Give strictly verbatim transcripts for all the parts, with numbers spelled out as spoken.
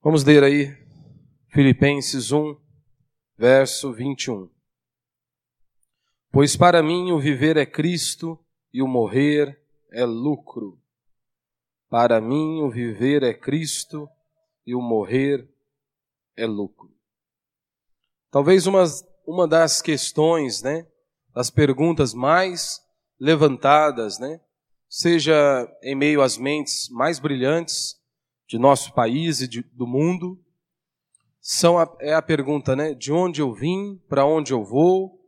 Vamos ler aí Filipenses um, verso vinte e um. Pois para mim o viver é Cristo e o morrer é lucro. Para mim o viver é Cristo e o morrer é lucro. Talvez uma, uma das questões, né, das perguntas mais levantadas, né, seja em meio às mentes mais brilhantes de nosso país e de, do mundo, são a, é a pergunta, né, de onde eu vim, para onde eu vou,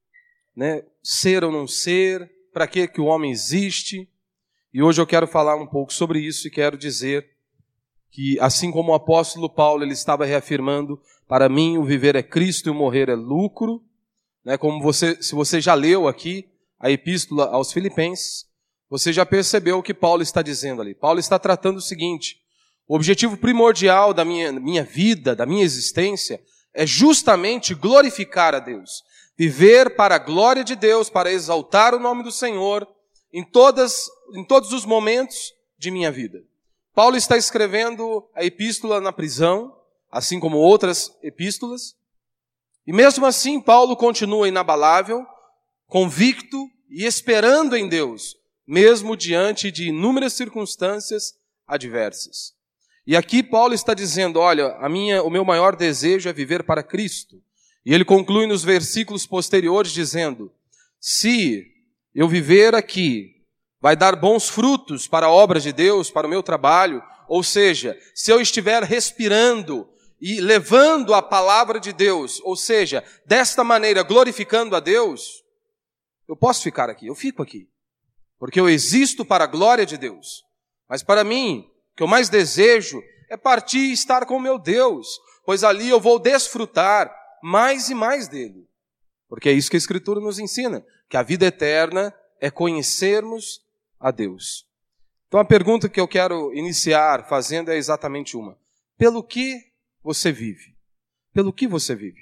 né, ser ou não ser, para que que o homem existe. E hoje eu quero falar um pouco sobre isso e quero dizer que, assim como o apóstolo Paulo ele estava reafirmando, para mim o viver é Cristo e o morrer é lucro, né, como você, se você já leu aqui a epístola aos Filipenses, você já percebeu o que Paulo está dizendo ali. Paulo está tratando o seguinte: o objetivo primordial da minha, minha vida, da minha existência, é justamente glorificar a Deus. Viver para a glória de Deus, para exaltar o nome do Senhor em, todas, em todos os momentos de minha vida. Paulo está escrevendo a epístola na prisão, assim como outras epístolas. E mesmo assim, Paulo continua inabalável, convicto e esperando em Deus, mesmo diante de inúmeras circunstâncias adversas. E aqui Paulo está dizendo, olha, a minha, o meu maior desejo é viver para Cristo. E ele conclui nos versículos posteriores dizendo, se eu viver aqui, vai dar bons frutos para a obra de Deus, para o meu trabalho, ou seja, se eu estiver respirando e levando a palavra de Deus, ou seja, desta maneira glorificando a Deus, eu posso ficar aqui, eu fico aqui, porque eu existo para a glória de Deus. Mas para mim, o que eu mais desejo é partir e estar com o meu Deus, pois ali eu vou desfrutar mais e mais dele. Porque é isso que a Escritura nos ensina, que a vida eterna é conhecermos a Deus. Então a pergunta que eu quero iniciar fazendo é exatamente uma: pelo que você vive? Pelo que você vive?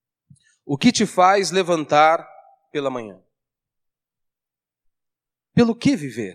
O que te faz levantar pela manhã? Pelo que viver?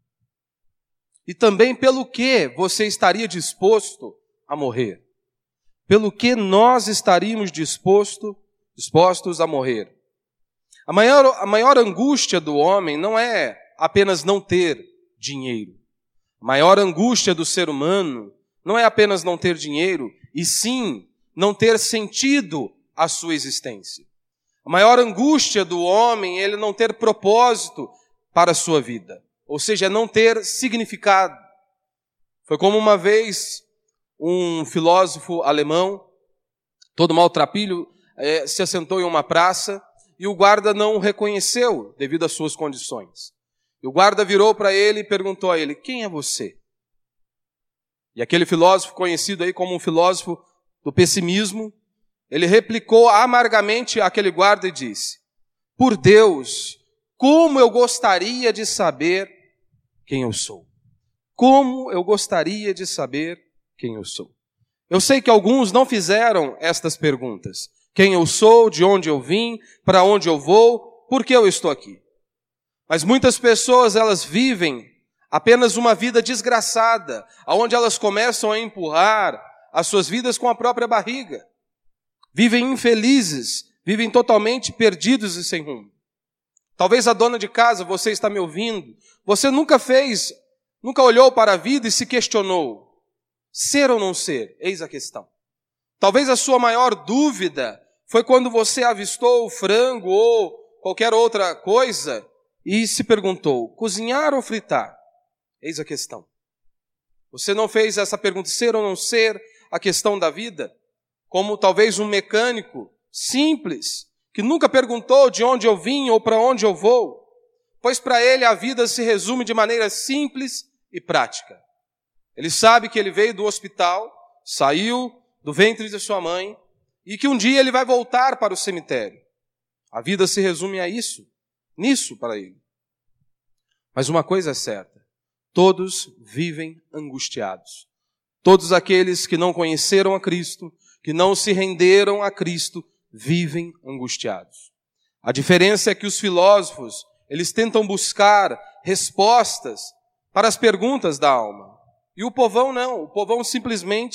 E também pelo que você estaria disposto a morrer? Pelo que nós estaríamos disposto, dispostos a morrer? A maior, a maior angústia do homem não é apenas não ter dinheiro. A maior angústia do ser humano não é apenas não ter dinheiro, e sim não ter sentido a sua existência. A maior angústia do homem é ele não ter propósito para a sua vida. Ou seja, não ter significado. Foi como uma vez um filósofo alemão, todo maltrapilho, é, se assentou em uma praça e o guarda não o reconheceu devido às suas condições. E o guarda virou para ele e perguntou a ele, quem é você? E aquele filósofo, conhecido aí como um filósofo do pessimismo, ele replicou amargamente àquele guarda e disse, por Deus, como eu gostaria de saber quem eu sou. Como eu gostaria de saber quem eu sou. Eu sei que alguns não fizeram estas perguntas. Quem eu sou, de onde eu vim, para onde eu vou, por que eu estou aqui. Mas muitas pessoas, elas vivem apenas uma vida desgraçada, onde elas começam a empurrar as suas vidas com a própria barriga. Vivem infelizes, vivem totalmente perdidos e sem rumo. Talvez a dona de casa, você está me ouvindo, você nunca fez, nunca olhou para a vida e se questionou, ser ou não ser? Eis a questão. Talvez a sua maior dúvida foi quando você avistou o frango ou qualquer outra coisa e se perguntou, cozinhar ou fritar? Eis a questão. Você não fez essa pergunta, ser ou não ser, a questão da vida? Como talvez um mecânico simples, que nunca perguntou de onde eu vim ou para onde eu vou, pois para ele a vida se resume de maneira simples e prática. Ele sabe que ele veio do hospital, saiu do ventre de sua mãe e que um dia ele vai voltar para o cemitério. A vida se resume a isso, nisso para ele. Mas uma coisa é certa, todos vivem angustiados. Todos aqueles que não conheceram a Cristo, que não se renderam a Cristo, vivem angustiados. A diferença é que os filósofos, eles tentam buscar respostas para as perguntas da alma. E o povão não, o povão simplesmente,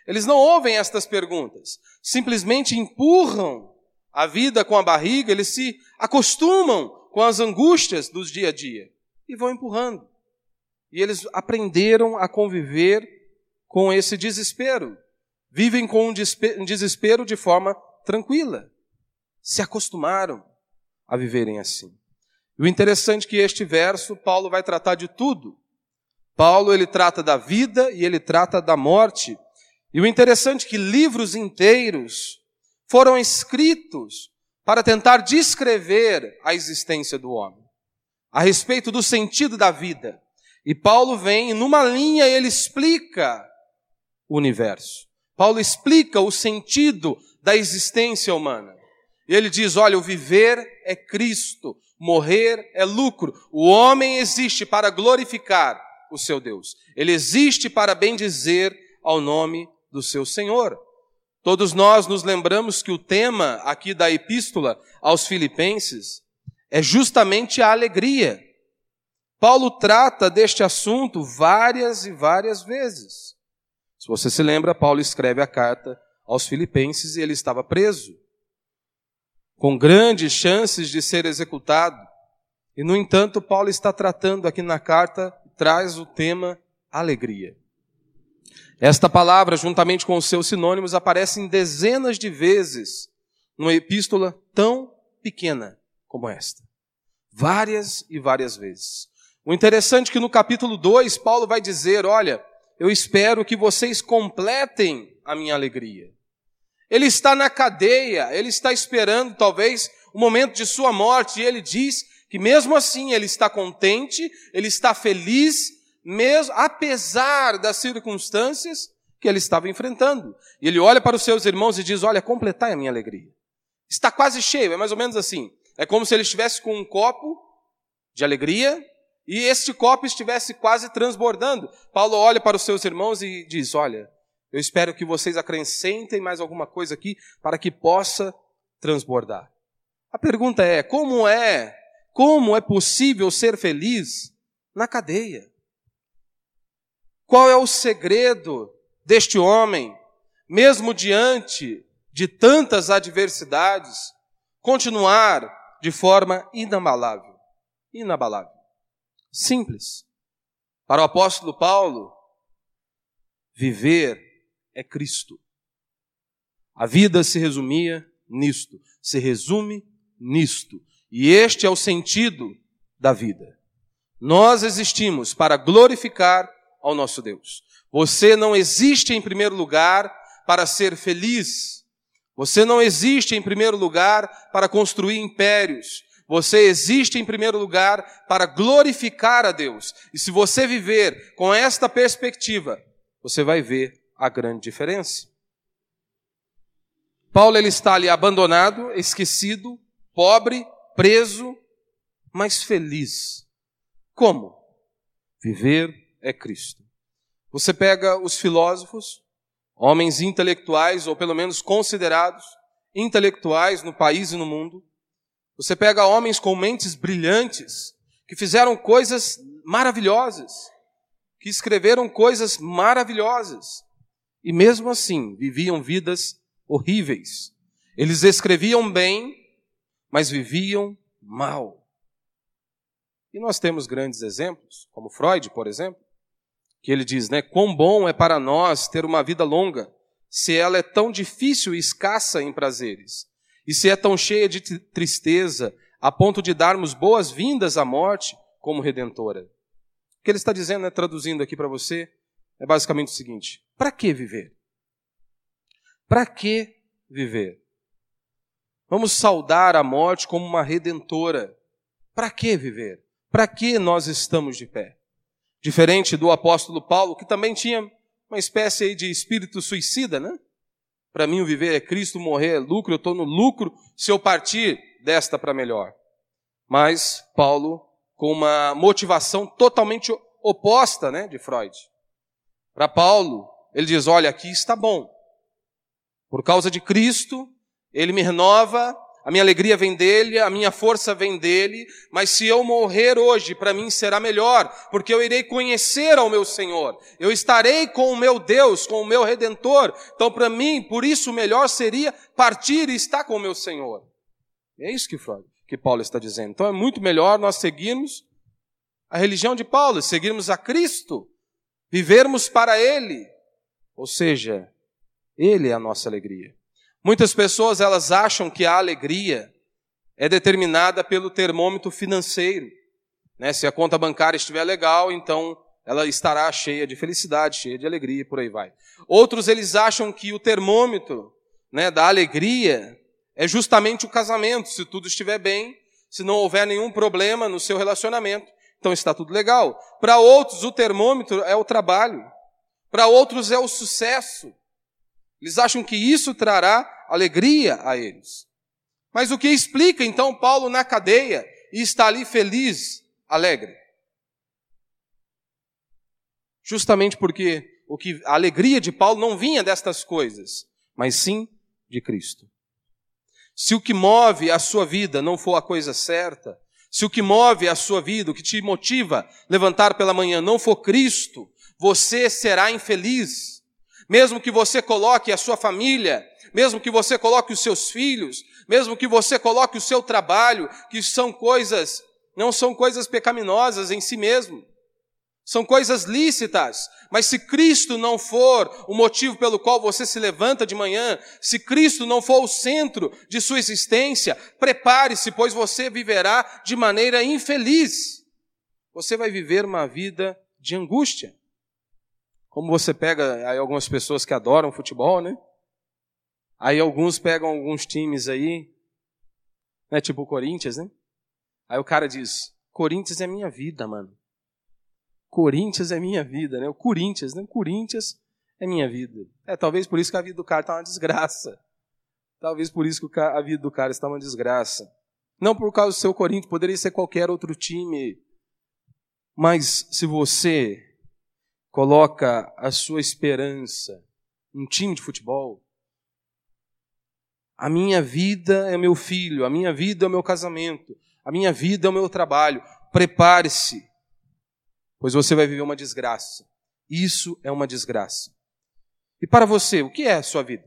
Eles não ouvem estas perguntas. Simplesmente empurram a vida com a barriga, eles se acostumam com as angústias dos dia a dia e vão empurrando. E eles aprenderam a conviver com esse desespero. Vivem com um desespero de forma tranquila. Se acostumaram a viverem assim. E o interessante é que este verso, Paulo vai tratar de tudo. Paulo, ele trata da vida e ele trata da morte. E o interessante é que livros inteiros foram escritos para tentar descrever a existência do homem, a respeito do sentido da vida. E Paulo vem, e numa linha ele explica o universo. Paulo explica o sentido da existência humana. E ele diz, olha, o viver é Cristo, morrer é lucro. O homem existe para glorificar o seu Deus. Ele existe para bendizer ao nome do seu Senhor. Todos nós nos lembramos que o tema aqui da epístola aos Filipenses é justamente a alegria. Paulo trata deste assunto várias e várias vezes. Se você se lembra, Paulo escreve a carta aos Filipenses e ele estava preso, com grandes chances de ser executado. E, no entanto, Paulo está tratando aqui na carta, traz o tema alegria. Esta palavra, juntamente com os seus sinônimos, aparece em dezenas de vezes numa epístola tão pequena como esta. Várias e várias vezes. O interessante é que no capítulo dois, Paulo vai dizer, olha, eu espero que vocês completem a minha alegria. Ele está na cadeia, ele está esperando talvez o momento de sua morte, e ele diz que mesmo assim ele está contente, ele está feliz, mesmo apesar das circunstâncias que ele estava enfrentando. E ele olha para os seus irmãos e diz, olha, completai a minha alegria. Está quase cheio, é mais ou menos assim. É como se ele estivesse com um copo de alegria e este copo estivesse quase transbordando. Paulo olha para os seus irmãos e diz, olha, eu espero que vocês acrescentem mais alguma coisa aqui para que possa transbordar. A pergunta é, como é, como é possível ser feliz na cadeia? Qual é o segredo deste homem, mesmo diante de tantas adversidades, continuar de forma inabalável? Inabalável. Simples. Para o apóstolo Paulo, viver é Cristo. A vida se resumia nisto, se resume nisto. E este é o sentido da vida. Nós existimos para glorificar ao nosso Deus. Você não existe em primeiro lugar para ser feliz. Você não existe em primeiro lugar para construir impérios. Você existe em primeiro lugar para glorificar a Deus. E se você viver com esta perspectiva, você vai ver a grande diferença. Paulo ele está ali abandonado, esquecido, pobre, preso, mas feliz. Como? Viver é Cristo. Você pega os filósofos, homens intelectuais, ou pelo menos considerados intelectuais no país e no mundo. Você pega homens com mentes brilhantes, que fizeram coisas maravilhosas, que escreveram coisas maravilhosas, e mesmo assim viviam vidas horríveis. Eles escreviam bem, mas viviam mal. E nós temos grandes exemplos, como Freud, por exemplo, que ele diz, né, quão bom é para nós ter uma vida longa, se ela é tão difícil e escassa em prazeres, e se é tão cheia de tristeza, a ponto de darmos boas-vindas à morte como redentora. O que ele está dizendo, né, traduzindo aqui para você, é basicamente o seguinte, para que viver? Para que viver? Vamos saudar a morte como uma redentora. Para que viver? Para que nós estamos de pé? Diferente do apóstolo Paulo, que também tinha uma espécie aí de espírito suicida, né? Para mim o viver é Cristo, morrer é lucro, eu estou no lucro se eu partir desta para melhor. Mas Paulo, com uma motivação totalmente oposta, né, de Freud. Para Paulo, ele diz, olha, aqui está bom. Por causa de Cristo, ele me renova, a minha alegria vem dele, a minha força vem dele, mas se eu morrer hoje, para mim será melhor, porque eu irei conhecer ao meu Senhor, eu estarei com o meu Deus, com o meu Redentor, então para mim, por isso o melhor seria partir e estar com o meu Senhor. É isso que, que Paulo está dizendo. Então é muito melhor nós seguirmos a religião de Paulo, seguirmos a Cristo, vivermos para Ele, ou seja, Ele é a nossa alegria. Muitas pessoas, elas acham que a alegria é determinada pelo termômetro financeiro, né? Se a conta bancária estiver legal, então ela estará cheia de felicidade, cheia de alegria, e por aí vai. Outros, eles acham que o termômetro, né, da alegria é justamente o casamento. Se tudo estiver bem, se não houver nenhum problema no seu relacionamento, então está tudo legal. Para outros, o termômetro é o trabalho. Para outros é o sucesso. Eles acham que isso trará alegria a eles. Mas o que explica, então, Paulo na cadeia e está ali feliz, alegre? Justamente porque o que, a alegria de Paulo não vinha destas coisas, mas sim de Cristo. Se o que move a sua vida não for a coisa certa, se o que move a sua vida, o que te motiva a levantar pela manhã não for Cristo, você será infeliz. Mesmo que você coloque a sua família, mesmo que você coloque os seus filhos, mesmo que você coloque o seu trabalho, que são coisas, não são coisas pecaminosas em si mesmo. São coisas lícitas, mas se Cristo não for o motivo pelo qual você se levanta de manhã, se Cristo não for o centro de sua existência, prepare-se, pois você viverá de maneira infeliz. Você vai viver uma vida de angústia. Como você pega aí algumas pessoas que adoram futebol, né? Aí alguns pegam alguns times aí, né, tipo o Corinthians, né? Aí o cara diz, Corinthians é minha vida, mano. Corinthians é minha vida, né? O Corinthians, né? O Corinthians é minha vida. É, talvez por isso que a vida do cara está uma desgraça. Talvez por isso que a vida do cara está uma desgraça. Não por causa do seu Corinthians, poderia ser qualquer outro time. Mas se você coloca a sua esperança em um time de futebol, a minha vida é meu filho, a minha vida é o meu casamento, a minha vida é o meu trabalho. Prepare-se, pois você vai viver uma desgraça. Isso é uma desgraça. E para você, o que é a sua vida?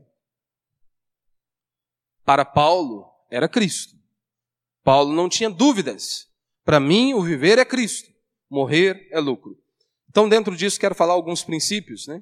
Para Paulo, era Cristo. Paulo não tinha dúvidas. Para mim, o viver é Cristo. Morrer é lucro. Então, dentro disso, quero falar alguns princípios, né?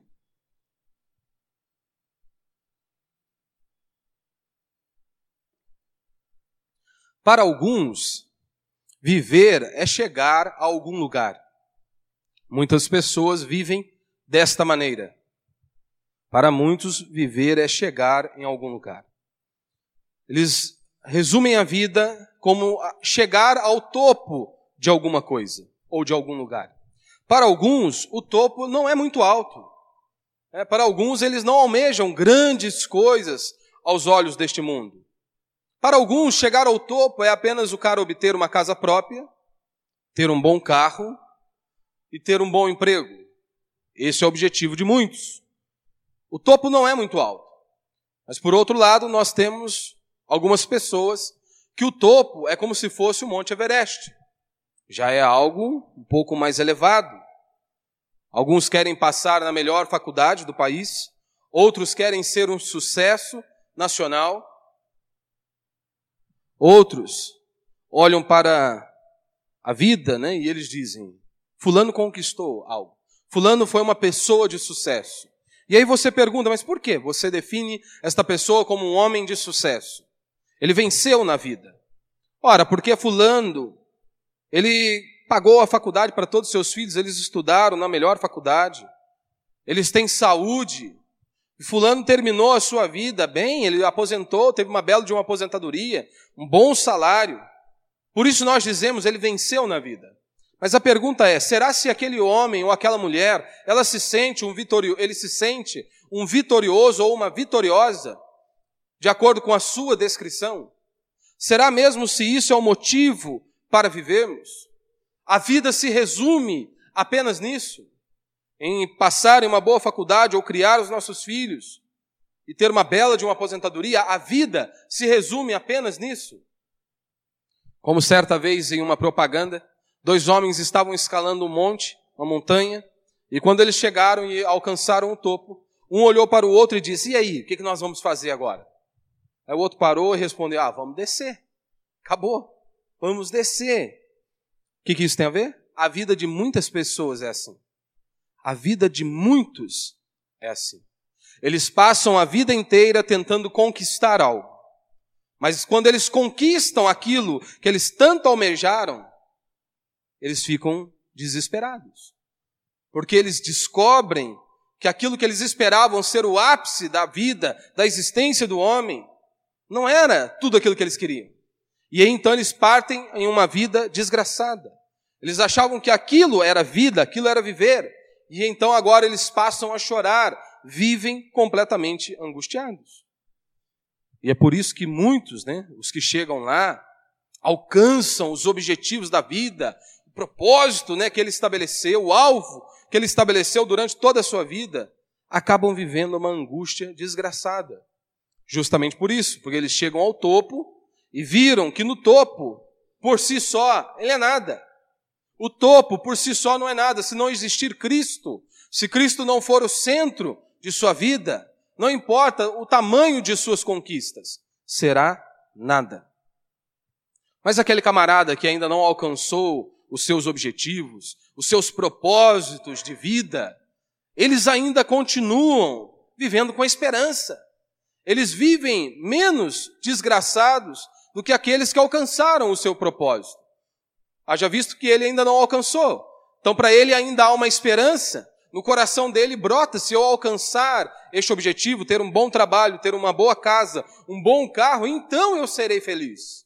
Para alguns, viver é chegar a algum lugar. Muitas pessoas vivem desta maneira. Para muitos, viver é chegar em algum lugar. Eles resumem a vida como chegar ao topo de alguma coisa ou de algum lugar. Para alguns, o topo não é muito alto. É, para alguns, eles não almejam grandes coisas aos olhos deste mundo. Para alguns, chegar ao topo é apenas o cara obter uma casa própria, ter um bom carro e ter um bom emprego. Esse é o objetivo de muitos. O topo não é muito alto. Mas, por outro lado, nós temos algumas pessoas que o topo é como se fosse o Monte Everest. Já é algo um pouco mais elevado. Alguns querem passar na melhor faculdade do país, outros querem ser um sucesso nacional, outros olham para a vida, né, e eles dizem, fulano conquistou algo, fulano foi uma pessoa de sucesso. E aí você pergunta, mas por que você define esta pessoa como um homem de sucesso? Ele venceu na vida. Ora, porque fulano, ele pagou a faculdade para todos os seus filhos, eles estudaram na melhor faculdade, eles têm saúde, e fulano terminou a sua vida bem, ele aposentou, teve uma bela de uma aposentadoria, um bom salário. Por isso nós dizemos, ele venceu na vida. Mas a pergunta é, será se aquele homem ou aquela mulher, ela se sente um vitorioso, ele se sente um vitorioso ou uma vitoriosa, de acordo com a sua descrição? Será mesmo se isso é o motivo para vivermos? A vida se resume apenas nisso? Em passar em uma boa faculdade ou criar os nossos filhos? e ter uma bela de uma aposentadoria, a vida se resume apenas nisso. Como certa vez em uma propaganda, dois homens estavam escalando um monte, uma montanha, e quando eles chegaram e alcançaram o topo, um olhou para o outro e disse, e aí, o que nós vamos fazer agora? Aí o outro parou e respondeu, ah, vamos descer. Acabou. Vamos descer. O que, que isso tem a ver? A vida de muitas pessoas é assim. A vida de muitos é assim. Eles passam a vida inteira tentando conquistar algo. Mas quando eles conquistam aquilo que eles tanto almejaram, eles ficam desesperados. Porque eles descobrem que aquilo que eles esperavam ser o ápice da vida, da existência do homem, não era tudo aquilo que eles queriam. E aí então eles partem em uma vida desgraçada. Eles achavam que aquilo era vida, aquilo era viver. E então agora eles passam a chorar, vivem completamente angustiados. E é por isso que muitos, né, os que chegam lá, alcançam os objetivos da vida, o propósito, né, que ele estabeleceu, o alvo que ele estabeleceu durante toda a sua vida, acabam vivendo uma angústia desgraçada. Justamente por isso, porque eles chegam ao topo e viram que no topo, por si só, ele é nada. O topo, por si só, não é nada. Se não existir Cristo, se Cristo não for o centro de sua vida, não importa o tamanho de suas conquistas, será nada. Mas aquele camarada que ainda não alcançou os seus objetivos, os seus propósitos de vida, eles ainda continuam vivendo com esperança. Eles vivem menos desgraçados do que aqueles que alcançaram o seu propósito. Haja visto que ele ainda não alcançou. Então, para ele ainda há uma esperança. No coração dele brota, se eu alcançar este objetivo, ter um bom trabalho, ter uma boa casa, um bom carro, então eu serei feliz.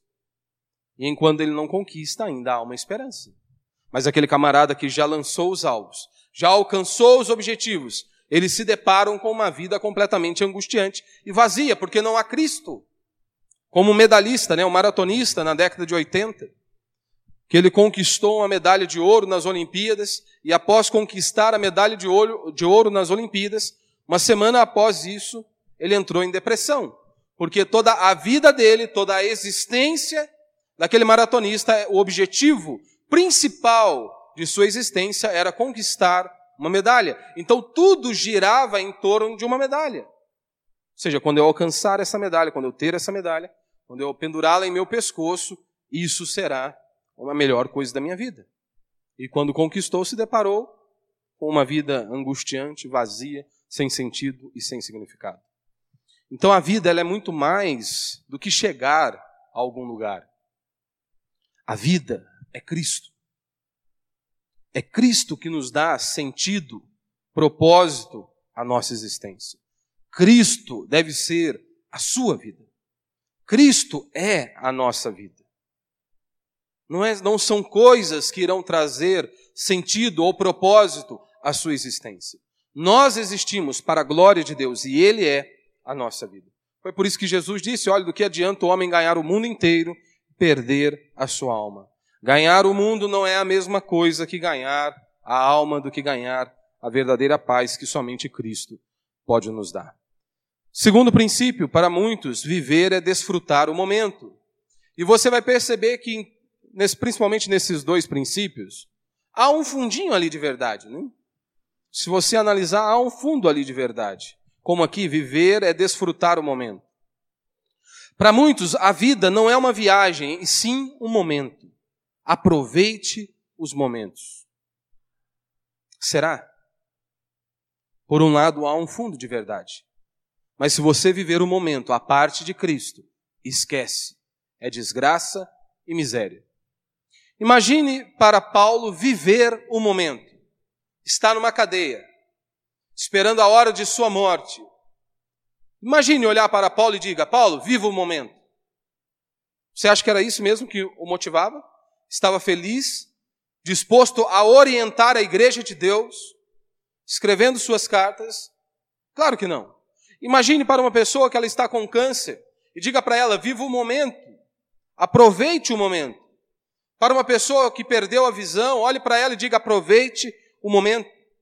E enquanto ele não conquista, ainda há uma esperança. Mas aquele camarada que já lançou os alvos, já alcançou os objetivos, eles se deparam com uma vida completamente angustiante e vazia, porque não há Cristo. Como um medalhista, né, um maratonista na década de oitenta, que ele conquistou uma medalha de ouro nas Olimpíadas, e após conquistar a medalha de ouro, de ouro nas Olimpíadas, uma semana após isso, ele entrou em depressão, porque toda a vida dele, toda a existência daquele maratonista, o objetivo principal de sua existência era conquistar uma medalha. Então tudo girava em torno de uma medalha. Ou seja, quando eu alcançar essa medalha, quando eu ter essa medalha, quando eu pendurá-la em meu pescoço, isso será a melhor coisa da minha vida. E quando conquistou, se deparou com uma vida angustiante, vazia, sem sentido e sem significado. Então a vida ela é muito mais do que chegar a algum lugar. A vida é Cristo. É Cristo que nos dá sentido, propósito à nossa existência. Cristo deve ser a sua vida. Cristo é a nossa vida. Não, é, não são coisas que irão trazer sentido ou propósito à sua existência. Nós existimos para a glória de Deus e Ele é a nossa vida. Foi por isso que Jesus disse, olha, do que adianta o homem ganhar o mundo inteiro e perder a sua alma. Ganhar o mundo não é a mesma coisa que ganhar a alma, do que ganhar a verdadeira paz que somente Cristo pode nos dar. Segundo princípio, para muitos, viver é desfrutar o momento. E você vai perceber que, principalmente nesses dois princípios, há um fundinho ali de verdade, né? Se você analisar, há um fundo ali de verdade. Como aqui, viver é desfrutar o momento. Para muitos, a vida não é uma viagem, e sim um momento. Aproveite os momentos. Será? Por um lado, há um fundo de verdade. Mas se você viver o momento à parte de Cristo, esquece. É desgraça e miséria. Imagine para Paulo viver o momento. Está numa cadeia, esperando a hora de sua morte. Imagine olhar para Paulo e diga, Paulo, viva o momento. Você acha que era isso mesmo que o motivava? Estava feliz, disposto a orientar a igreja de Deus, escrevendo suas cartas? Claro que não. Imagine para uma pessoa que ela está com câncer e diga para ela, viva o momento, aproveite o momento. Para uma pessoa que perdeu a visão, olhe para ela e diga, aproveite o momento.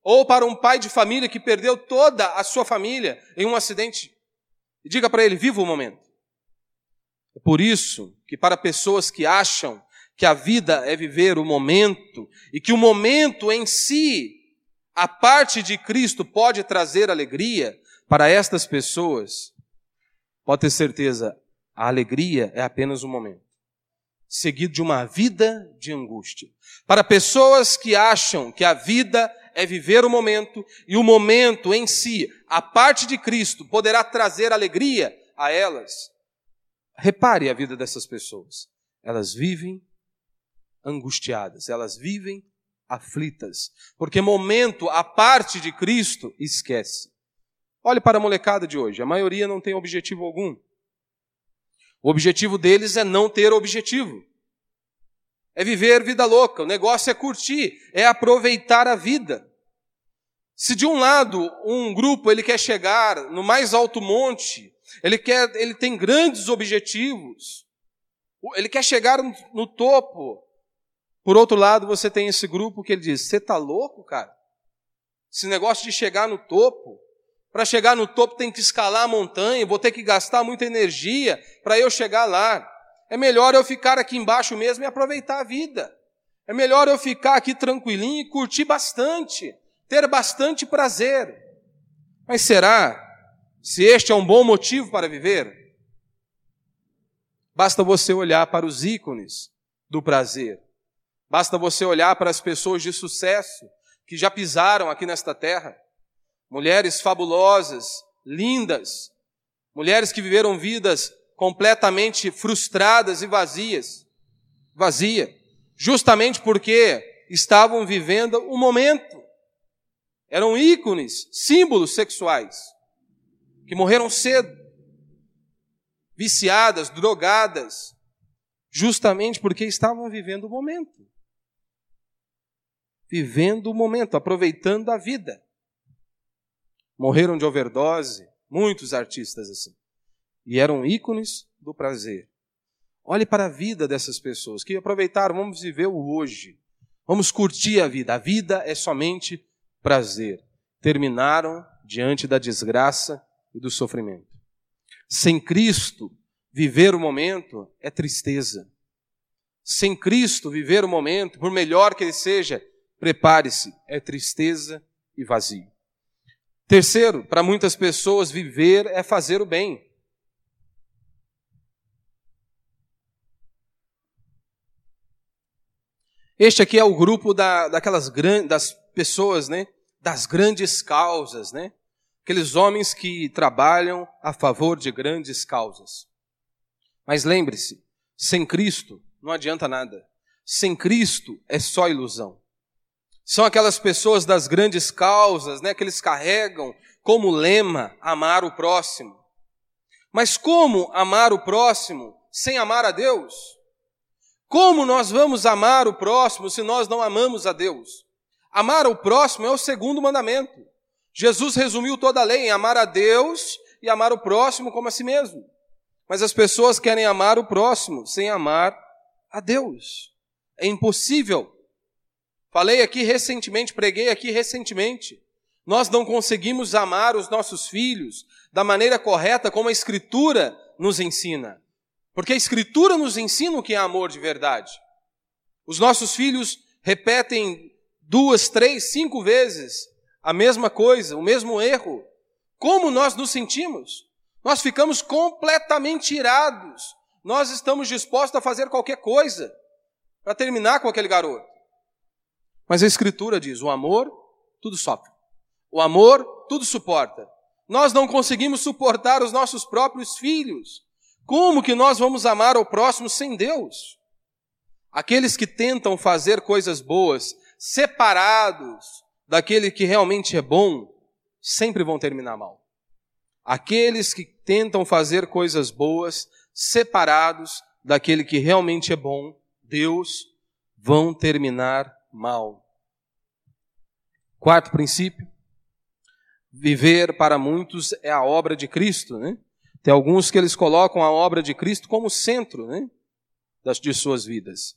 Ou para um pai de família que perdeu toda a sua família em um acidente. E diga para ele, viva o momento. É por isso que para pessoas que acham que a vida é viver o momento, e que o momento em si, a parte de Cristo pode trazer alegria, para estas pessoas, pode ter certeza, a alegria é apenas um momento, seguido de uma vida de angústia. Para pessoas que acham que a vida é viver o momento, e o momento em si, a parte de Cristo, poderá trazer alegria a elas. Repare a vida dessas pessoas. Elas vivem angustiadas, elas vivem aflitas, porque momento, a parte de Cristo, esquece. Olhe para a molecada de hoje, a maioria não tem objetivo algum. O objetivo deles é não ter objetivo. É viver vida louca, o negócio é curtir, é aproveitar a vida. Se de um lado um grupo ele quer chegar no mais alto monte, ele, quer, ele tem grandes objetivos, ele quer chegar no, no topo. Por outro lado, você tem esse grupo que ele diz, você está louco, cara? Esse negócio de chegar no topo, para chegar no topo tem que escalar a montanha, vou ter que gastar muita energia para eu chegar lá. É melhor eu ficar aqui embaixo mesmo e aproveitar a vida. É melhor eu ficar aqui tranquilinho e curtir bastante, ter bastante prazer. Mas será se este é um bom motivo para viver? Basta você olhar para os ícones do prazer. Basta você olhar para as pessoas de sucesso que já pisaram aqui nesta terra. Mulheres fabulosas, lindas, mulheres que viveram vidas completamente frustradas e vazias, vazia, justamente porque estavam vivendo o momento. Eram ícones, símbolos sexuais, que morreram cedo, viciadas, drogadas, justamente porque estavam vivendo o momento. Vivendo o momento, aproveitando a vida. Morreram de overdose, muitos artistas assim. E eram ícones do prazer. Olhe para a vida dessas pessoas que aproveitaram, vamos viver o hoje. Vamos curtir a vida. A vida é somente prazer. Terminaram diante da desgraça e do sofrimento. Sem Cristo, viver o momento é tristeza. Sem Cristo, viver o momento, por melhor que ele seja, prepare-se, é tristeza e vazio. Terceiro, para muitas pessoas, viver é fazer o bem. Este aqui é o grupo da, daquelas grandes, das pessoas, né? Das grandes causas, né? Aqueles homens que trabalham a favor de grandes causas. Mas lembre-se, sem Cristo não adianta nada. Sem Cristo é só ilusão. São aquelas pessoas das grandes causas, né, que eles carregam como lema, amar o próximo. Mas como amar o próximo sem amar a Deus? Como nós vamos amar o próximo se nós não amamos a Deus? Amar o próximo é o segundo mandamento. Jesus resumiu toda a lei em amar a Deus e amar o próximo como a si mesmo. Mas as pessoas querem amar o próximo sem amar a Deus. É impossível. Falei aqui recentemente, preguei aqui recentemente. Nós não conseguimos amar os nossos filhos da maneira correta como a Escritura nos ensina. Porque a Escritura nos ensina o que é amor de verdade. Os nossos filhos repetem duas, três, cinco vezes a mesma coisa, o mesmo erro. Como nós nos sentimos? Nós ficamos completamente irados. Nós estamos dispostos a fazer qualquer coisa para terminar com aquele garoto. Mas a Escritura diz, o amor tudo sofre. O amor tudo suporta. Nós não conseguimos suportar os nossos próprios filhos. Como que nós vamos amar ao próximo sem Deus? Aqueles que tentam fazer coisas boas, separados daquele que realmente é bom, sempre vão terminar mal. Aqueles que tentam fazer coisas boas, separados daquele que realmente é bom, Deus, vão terminar mal. Quarto princípio, viver para muitos é a obra de Cristo, né? Tem alguns que eles colocam a obra de Cristo como centro, né, das, de suas vidas.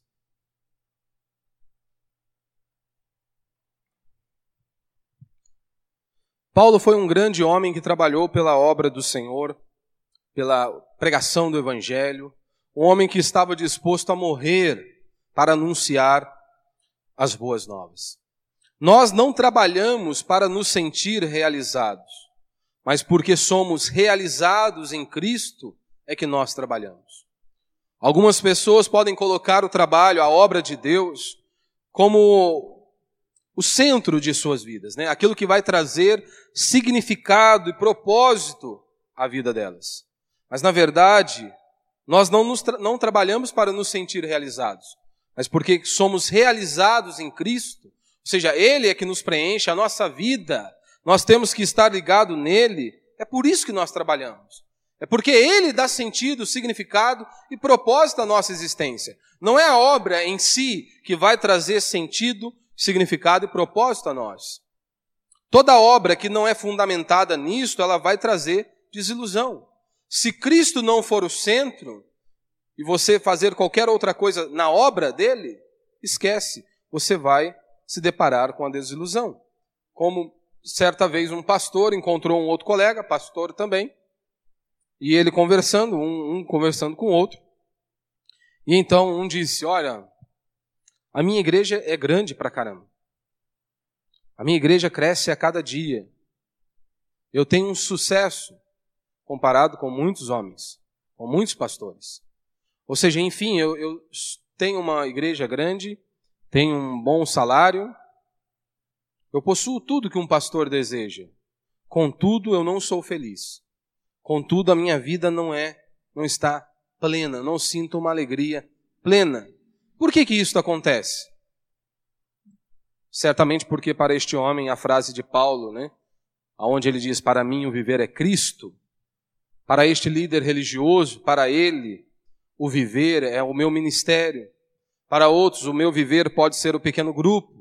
Paulo foi um grande homem que trabalhou pela obra do Senhor, pela pregação do Evangelho, um homem que estava disposto a morrer para anunciar as boas novas. Nós não trabalhamos para nos sentir realizados, mas porque somos realizados em Cristo é que nós trabalhamos. Algumas pessoas podem colocar o trabalho, a obra de Deus, como o centro de suas vidas, né? Aquilo que vai trazer significado e propósito à vida delas. Mas, na verdade, nós não, nos tra- não trabalhamos para nos sentir realizados, mas porque somos realizados em Cristo, ou seja, Ele é que nos preenche a nossa vida, nós temos que estar ligados nele, é por isso que nós trabalhamos. É porque Ele dá sentido, significado e propósito à nossa existência. Não é a obra em si que vai trazer sentido, significado e propósito a nós. Toda obra que não é fundamentada nisto, ela vai trazer desilusão. Se Cristo não for o centro, e você fazer qualquer outra coisa na obra dele, esquece, você vai se deparar com a desilusão. Como certa vez um pastor encontrou um outro colega, pastor também, e ele conversando, um, um conversando com o outro, e então um disse, olha, a minha igreja é grande pra caramba. A minha igreja cresce a cada dia. Eu tenho um sucesso comparado com muitos homens, com muitos pastores. Ou seja, enfim, eu, eu tenho uma igreja grande, tenho um bom salário, eu possuo tudo que um pastor deseja. Contudo, eu não sou feliz. Contudo, a minha vida não é, não está plena, não sinto uma alegria plena. Por que que isso acontece? Certamente porque para este homem a frase de Paulo, né, onde ele diz, para mim o viver é Cristo, para este líder religioso, para ele o viver é o meu ministério, para outros o meu viver pode ser o pequeno grupo.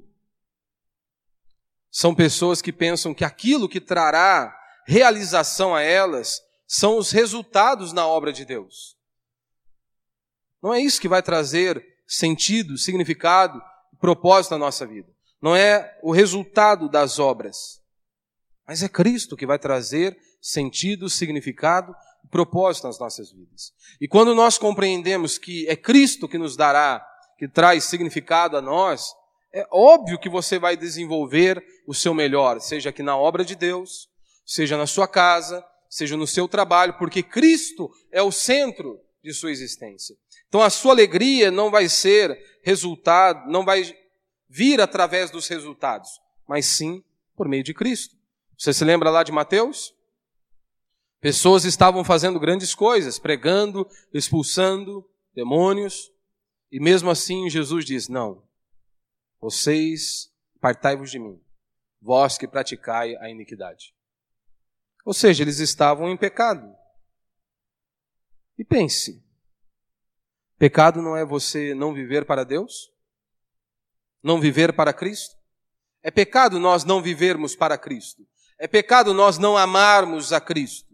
São pessoas que pensam que aquilo que trará realização a elas são os resultados na obra de Deus. Não é isso que vai trazer sentido, significado, propósito na nossa vida. Não é o resultado das obras, mas é Cristo que vai trazer sentido, significado e propósito nas nossas vidas. E quando nós compreendemos que é Cristo que nos dará, que traz significado a nós, é óbvio que você vai desenvolver o seu melhor, seja aqui na obra de Deus, seja na sua casa, seja no seu trabalho, porque Cristo é o centro de sua existência. Então a sua alegria não vai ser resultado, não vai vir através dos resultados, mas sim por meio de Cristo. Você se lembra lá de Mateus? Pessoas estavam fazendo grandes coisas, pregando, expulsando demônios, e mesmo assim Jesus diz, não, vocês apartai-vos de mim, vós que praticai a iniquidade. Ou seja, eles estavam em pecado. E pense, pecado não é você não viver para Deus? Não viver para Cristo? É pecado nós não vivermos para Cristo. É pecado nós não amarmos a Cristo.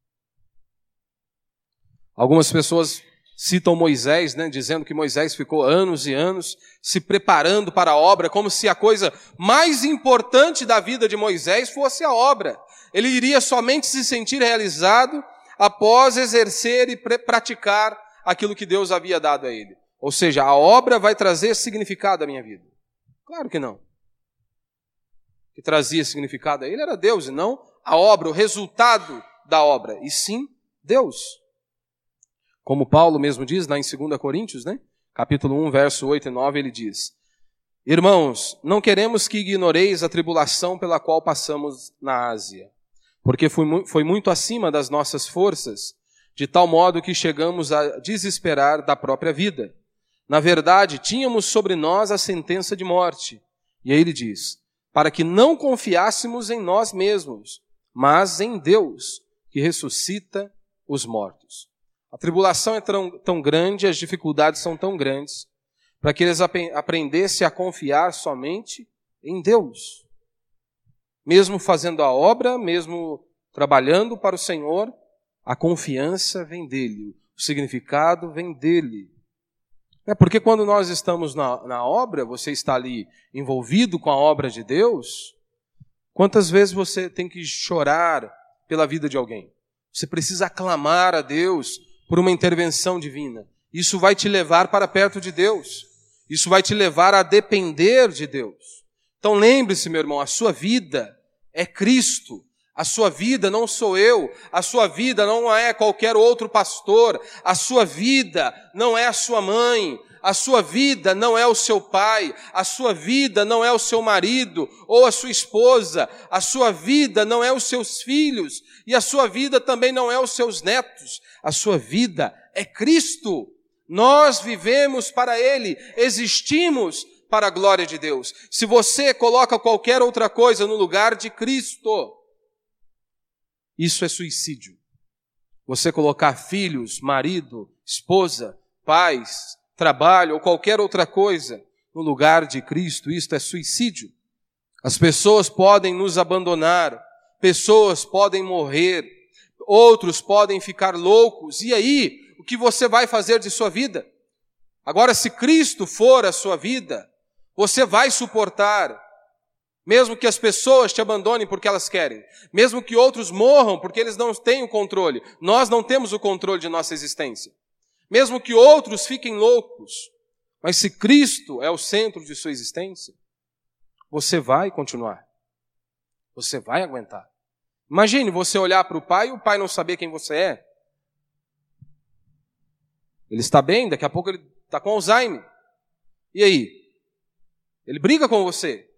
Algumas pessoas citam Moisés, né, dizendo que Moisés ficou anos e anos se preparando para a obra, como se a coisa mais importante da vida de Moisés fosse a obra. Ele iria somente se sentir realizado após exercer e praticar aquilo que Deus havia dado a ele. Ou seja, a obra vai trazer significado à minha vida. Claro que não. O que trazia significado a ele era Deus, e não a obra, o resultado da obra, e sim Deus. Como Paulo mesmo diz lá em dois Coríntios, né? Capítulo um, verso oito e nove, ele diz, irmãos, não queremos que ignoreis a tribulação pela qual passamos na Ásia, porque foi, foi muito acima das nossas forças, de tal modo que chegamos a desesperar da própria vida. Na verdade, tínhamos sobre nós a sentença de morte. E aí ele diz, para que não confiássemos em nós mesmos, mas em Deus, que ressuscita os mortos. A tribulação é tão, tão grande, as dificuldades são tão grandes, para que eles ap- aprendessem a confiar somente em Deus. Mesmo fazendo a obra, mesmo trabalhando para o Senhor, a confiança vem dele, o significado vem dele. É porque quando nós estamos na, na obra, você está ali envolvido com a obra de Deus, Quantas vezes você tem que chorar pela vida de alguém? Você precisa aclamar a Deus por uma intervenção divina. Isso vai te levar para perto de Deus. Isso vai te levar a depender de Deus. Então lembre-se, meu irmão, a sua vida é Cristo. A sua vida não sou eu. A sua vida não é qualquer outro pastor. A sua vida não é a sua mãe. A sua vida não é o seu pai. A sua vida não é o seu marido ou a sua esposa. A sua vida não é os seus filhos. E a sua vida também não é os seus netos. A sua vida é Cristo. Nós vivemos para Ele, existimos para a glória de Deus. Se você coloca qualquer outra coisa no lugar de Cristo, isso é suicídio. Você colocar filhos, marido, esposa, pais, trabalho ou qualquer outra coisa no lugar de Cristo, isto é suicídio. As pessoas podem nos abandonar, pessoas podem morrer, outros podem ficar loucos. E aí, o que você vai fazer de sua vida? Agora, se Cristo for a sua vida, você vai suportar, mesmo que as pessoas te abandonem porque elas querem, mesmo que outros morram porque eles não têm o controle. Nós não temos o controle de nossa existência. Mesmo que outros fiquem loucos, mas se Cristo é o centro de sua existência, você vai continuar. Você vai aguentar. Imagine você olhar para o pai e o pai não saber quem você é. Ele está bem, daqui a pouco ele está com Alzheimer. E aí? Ele briga com você.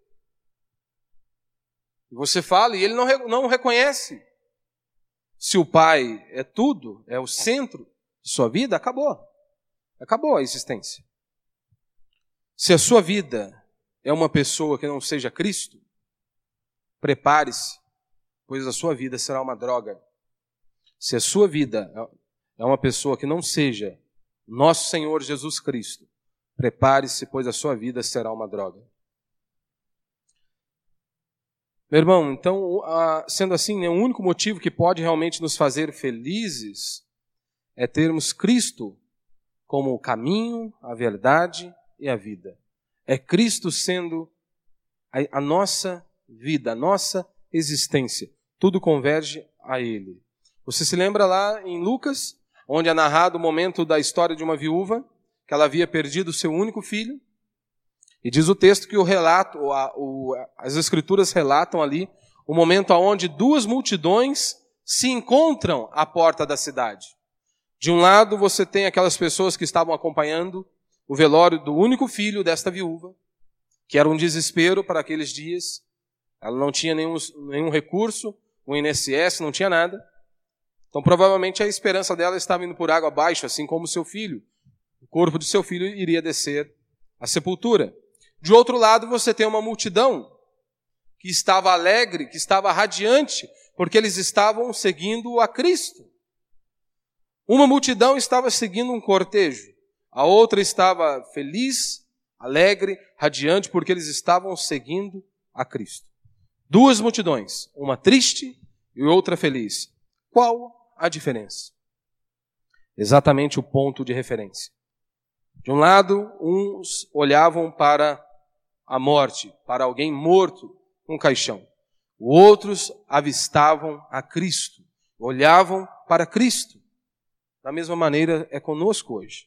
E você fala e ele não, não reconhece. Se o pai é tudo, é o centro de sua vida, acabou. Acabou a existência. Se a sua vida é uma pessoa que não seja Cristo, prepare-se, pois a sua vida será uma droga. Se a sua vida é uma pessoa que não seja nosso Senhor Jesus Cristo, prepare-se, pois a sua vida será uma droga. Meu irmão, então, sendo assim, o único motivo que pode realmente nos fazer felizes é termos Cristo como o caminho, a verdade e a vida. É Cristo sendo a, a nossa vida, a nossa existência. Tudo converge a Ele. Você se lembra lá em Lucas, onde é narrado o momento da história de uma viúva, que ela havia perdido o seu único filho. E diz o texto que o relato, a, o, as escrituras relatam ali o momento onde duas multidões se encontram à porta da cidade. De um lado você tem aquelas pessoas que estavam acompanhando o velório do único filho desta viúva, que era um desespero para aqueles dias. Ela não tinha nenhum, nenhum recurso, o I N S S, não tinha nada. Então, provavelmente, a esperança dela estava indo por água abaixo, assim como o seu filho. O corpo de seu filho iria descer à sepultura. De outro lado, você tem uma multidão que estava alegre, que estava radiante, porque eles estavam seguindo a Cristo. Uma multidão estava seguindo um cortejo. A outra estava feliz, alegre, radiante, porque eles estavam seguindo a Cristo. Duas multidões, uma triste e outra feliz. Qual a diferença? Exatamente o ponto de referência. De um lado, uns olhavam para a morte, para alguém morto num caixão. Outros avistavam a Cristo, olhavam para Cristo. Da mesma maneira é conosco hoje.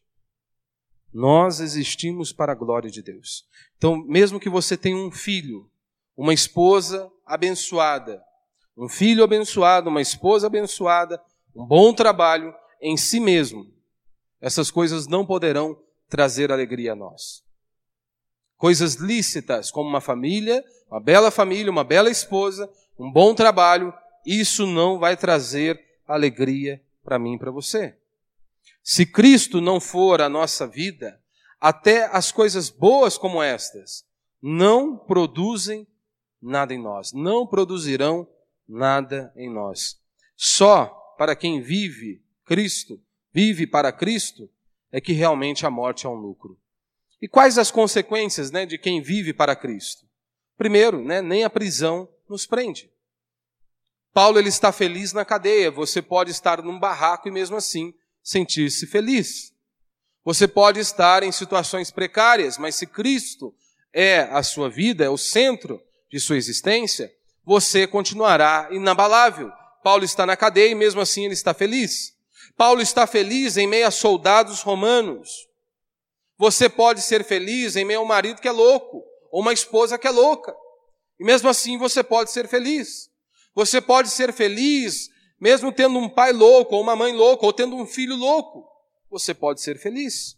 Nós existimos para a glória de Deus. Então, mesmo que você tenha um filho, uma esposa abençoada, um filho abençoado, uma esposa abençoada, um bom trabalho em si mesmo, essas coisas não poderão trazer alegria a nós. Coisas lícitas, como uma família, uma bela família, uma bela esposa, um bom trabalho, isso não vai trazer alegria para mim e para você. Se Cristo não for a nossa vida, até as coisas boas como estas não produzem nada em nós, não produzirão nada em nós. Só para quem vive Cristo, vive para Cristo, é que realmente a morte é um lucro. E quais as consequências, né, de quem vive para Cristo? Primeiro, né, nem a prisão nos prende. Paulo ele está feliz na cadeia, você pode estar num barraco e mesmo assim sentir-se feliz. Você pode estar em situações precárias, mas se Cristo é a sua vida, é o centro de sua existência, você continuará inabalável. Paulo está na cadeia e mesmo assim ele está feliz. Paulo está feliz em meio a soldados romanos. Você pode ser feliz em meio a um marido que é louco, ou uma esposa que é louca. E mesmo assim você pode ser feliz. Você pode ser feliz mesmo tendo um pai louco, ou uma mãe louca, ou tendo um filho louco. Você pode ser feliz.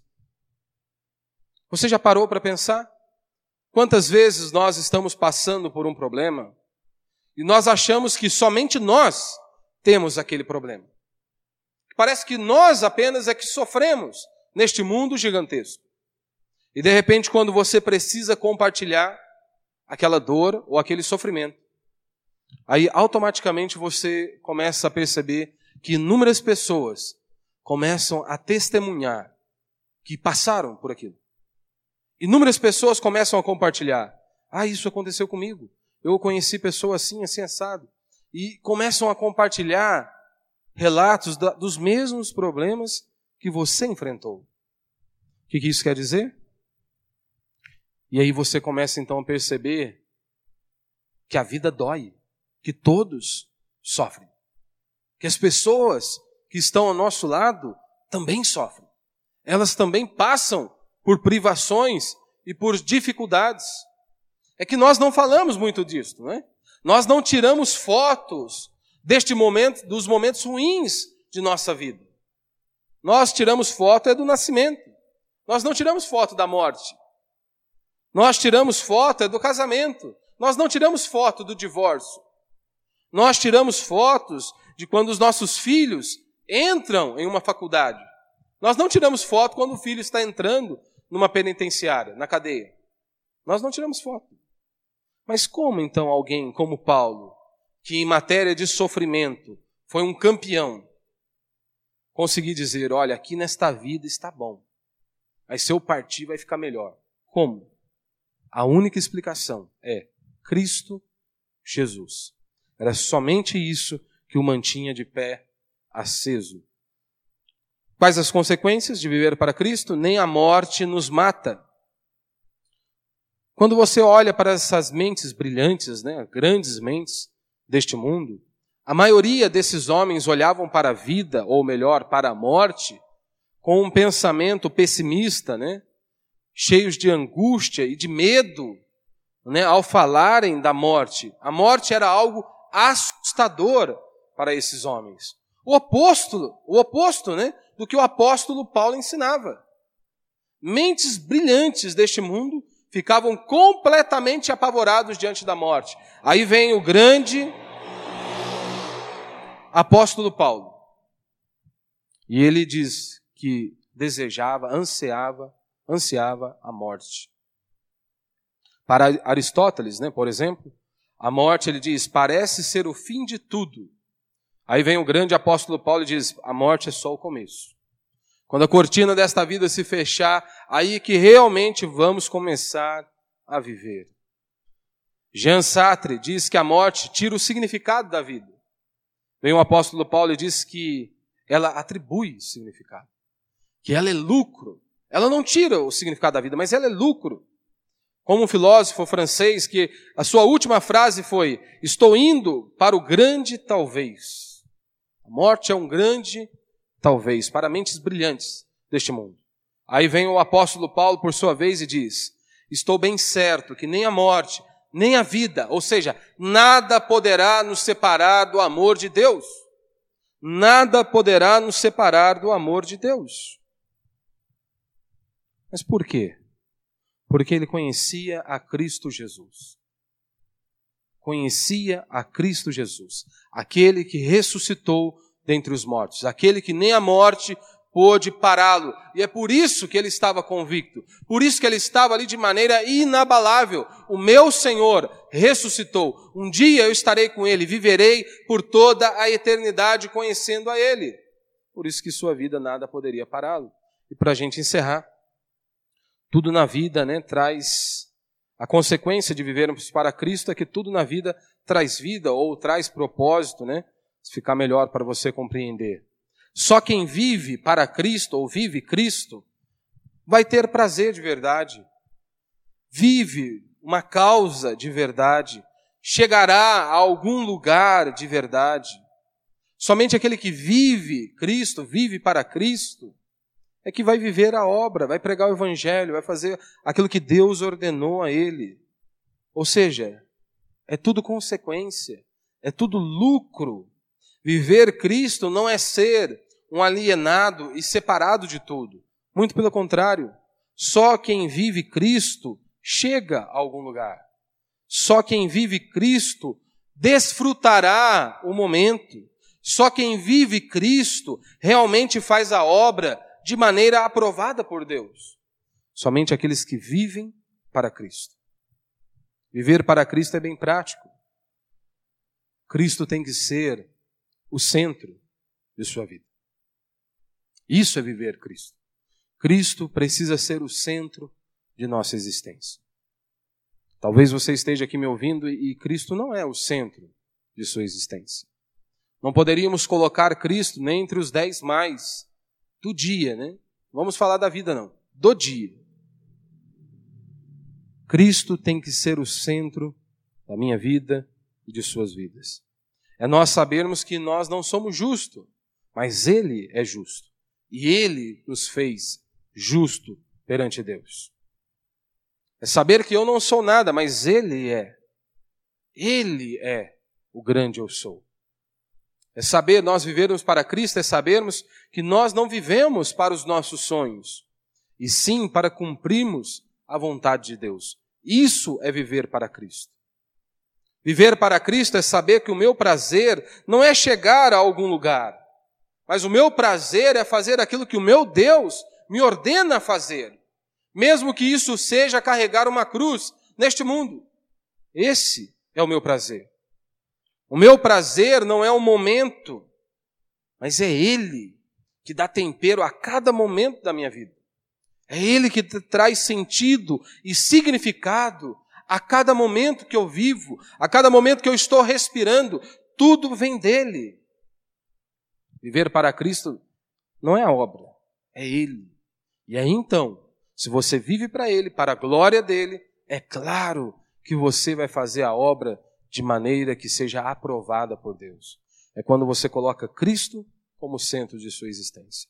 Você já parou para pensar? Quantas vezes nós estamos passando por um problema e nós achamos que somente nós temos aquele problema. Parece que nós apenas é que sofremos neste mundo gigantesco. E de repente, quando você precisa compartilhar aquela dor ou aquele sofrimento, aí automaticamente você começa a perceber que inúmeras pessoas começam a testemunhar que passaram por aquilo. Inúmeras pessoas começam a compartilhar. Ah, isso aconteceu comigo. Eu conheci pessoa assim, assim, assado. E começam a compartilhar relatos da, dos mesmos problemas que você enfrentou. O que, que isso quer dizer? E aí você começa então a perceber que a vida dói, que todos sofrem. Que as pessoas que estão ao nosso lado também sofrem. Elas também passam por privações e por dificuldades. É que nós não falamos muito disso, não é? Nós não tiramos fotos deste momento, dos momentos ruins de nossa vida. Nós tiramos foto é do nascimento. Nós não tiramos foto da morte. Nós tiramos foto é do casamento. Nós não tiramos foto do divórcio. Nós tiramos fotos de quando os nossos filhos entram em uma faculdade. Nós não tiramos foto quando o filho está entrando numa penitenciária, na cadeia. Nós não tiramos foto. Mas como então alguém como Paulo, que em matéria de sofrimento foi um campeão, conseguir dizer, olha, aqui nesta vida está bom, mas se eu partir vai ficar melhor. Como? A única explicação é Cristo Jesus. Era somente isso que o mantinha de pé aceso. Quais as consequências de viver para Cristo? Nem a morte nos mata. Quando você olha para essas mentes brilhantes, né, grandes mentes deste mundo, a maioria desses homens olhavam para a vida, ou melhor, para a morte, com um pensamento pessimista, né, cheios de angústia e de medo, né, ao falarem da morte. A morte era algo assustador para esses homens. O oposto, o oposto, né, do que o apóstolo Paulo ensinava. Mentes brilhantes deste mundo ficavam completamente apavorados diante da morte. Aí vem o grande apóstolo Paulo. E ele diz que desejava, ansiava, ansiava a morte. Para Aristóteles, né, por exemplo, a morte, ele diz, parece ser o fim de tudo. Aí vem o grande apóstolo Paulo e diz, a morte é só o começo. Quando a cortina desta vida se fechar, aí que realmente vamos começar a viver. Jean Sartre diz que a morte tira o significado da vida. Vem o apóstolo Paulo e diz que ela atribui significado. Que ela é lucro. Ela não tira o significado da vida, mas ela é lucro. Como um filósofo francês que a sua última frase foi, estou indo para o grande talvez. A morte é um grande talvez, para mentes brilhantes deste mundo. Aí vem o apóstolo Paulo, por sua vez, e diz, estou bem certo que nem a morte, nem a vida, ou seja, nada poderá nos separar do amor de Deus. Nada poderá nos separar do amor de Deus. Mas por quê? Porque ele conhecia a Cristo Jesus. Conhecia a Cristo Jesus, aquele que ressuscitou dentre os mortos, aquele que nem a morte pôde pará-lo. E é por isso que ele estava convicto, por isso que ele estava ali de maneira inabalável. O meu Senhor ressuscitou, um dia eu estarei com ele, viverei por toda a eternidade conhecendo a ele. Por isso que sua vida nada poderia pará-lo. E para a gente encerrar, tudo na vida, né, traz a consequência de vivermos para Cristo é que tudo na vida traz vida ou traz propósito, né? Se ficar melhor para você compreender. Só quem vive para Cristo ou vive Cristo vai ter prazer de verdade. Vive uma causa de verdade. chegará a algum lugar de verdade. Somente aquele que vive Cristo, vive para Cristo, é que vai viver a obra, vai pregar o evangelho, vai fazer aquilo que Deus ordenou a ele. Ou seja, é tudo consequência, é tudo lucro. Viver Cristo não é ser um alienado e separado de tudo. Muito pelo contrário, só quem vive Cristo chega a algum lugar. Só quem vive Cristo desfrutará o momento. Só quem vive Cristo realmente faz a obra de maneira aprovada por Deus. Somente aqueles que vivem para Cristo. Viver para Cristo é bem prático. Cristo tem que ser o centro de sua vida. Isso é viver Cristo. Cristo precisa ser o centro de nossa existência. Talvez você esteja aqui me ouvindo e Cristo não é o centro de sua existência. Não poderíamos colocar Cristo nem entre os dez mais do dia, né? Vamos falar da vida não, do dia. Cristo tem que ser o centro da minha vida e de suas vidas. É nós sabermos que nós não somos justos, mas Ele é justo. E Ele nos fez justo perante Deus. É saber que eu não sou nada, mas Ele é. Ele é o grande eu sou. É saber, nós vivermos para Cristo, é sabermos que nós não vivemos para os nossos sonhos, e sim para cumprirmos a vontade de Deus. Isso é viver para Cristo. Viver para Cristo é saber que o meu prazer não é chegar a algum lugar, mas o meu prazer é fazer aquilo que o meu Deus me ordena fazer, mesmo que isso seja carregar uma cruz neste mundo. Esse é o meu prazer. O meu prazer não é o momento, mas é Ele que dá tempero a cada momento da minha vida. É Ele que traz sentido e significado a cada momento que eu vivo, a cada momento que eu estou respirando. Tudo vem dEle. Viver para Cristo não é a obra, é Ele. E aí então, se você vive para Ele, para a glória dEle, é claro que você vai fazer a obra de maneira que seja aprovada por Deus. É quando você coloca Cristo como centro de sua existência.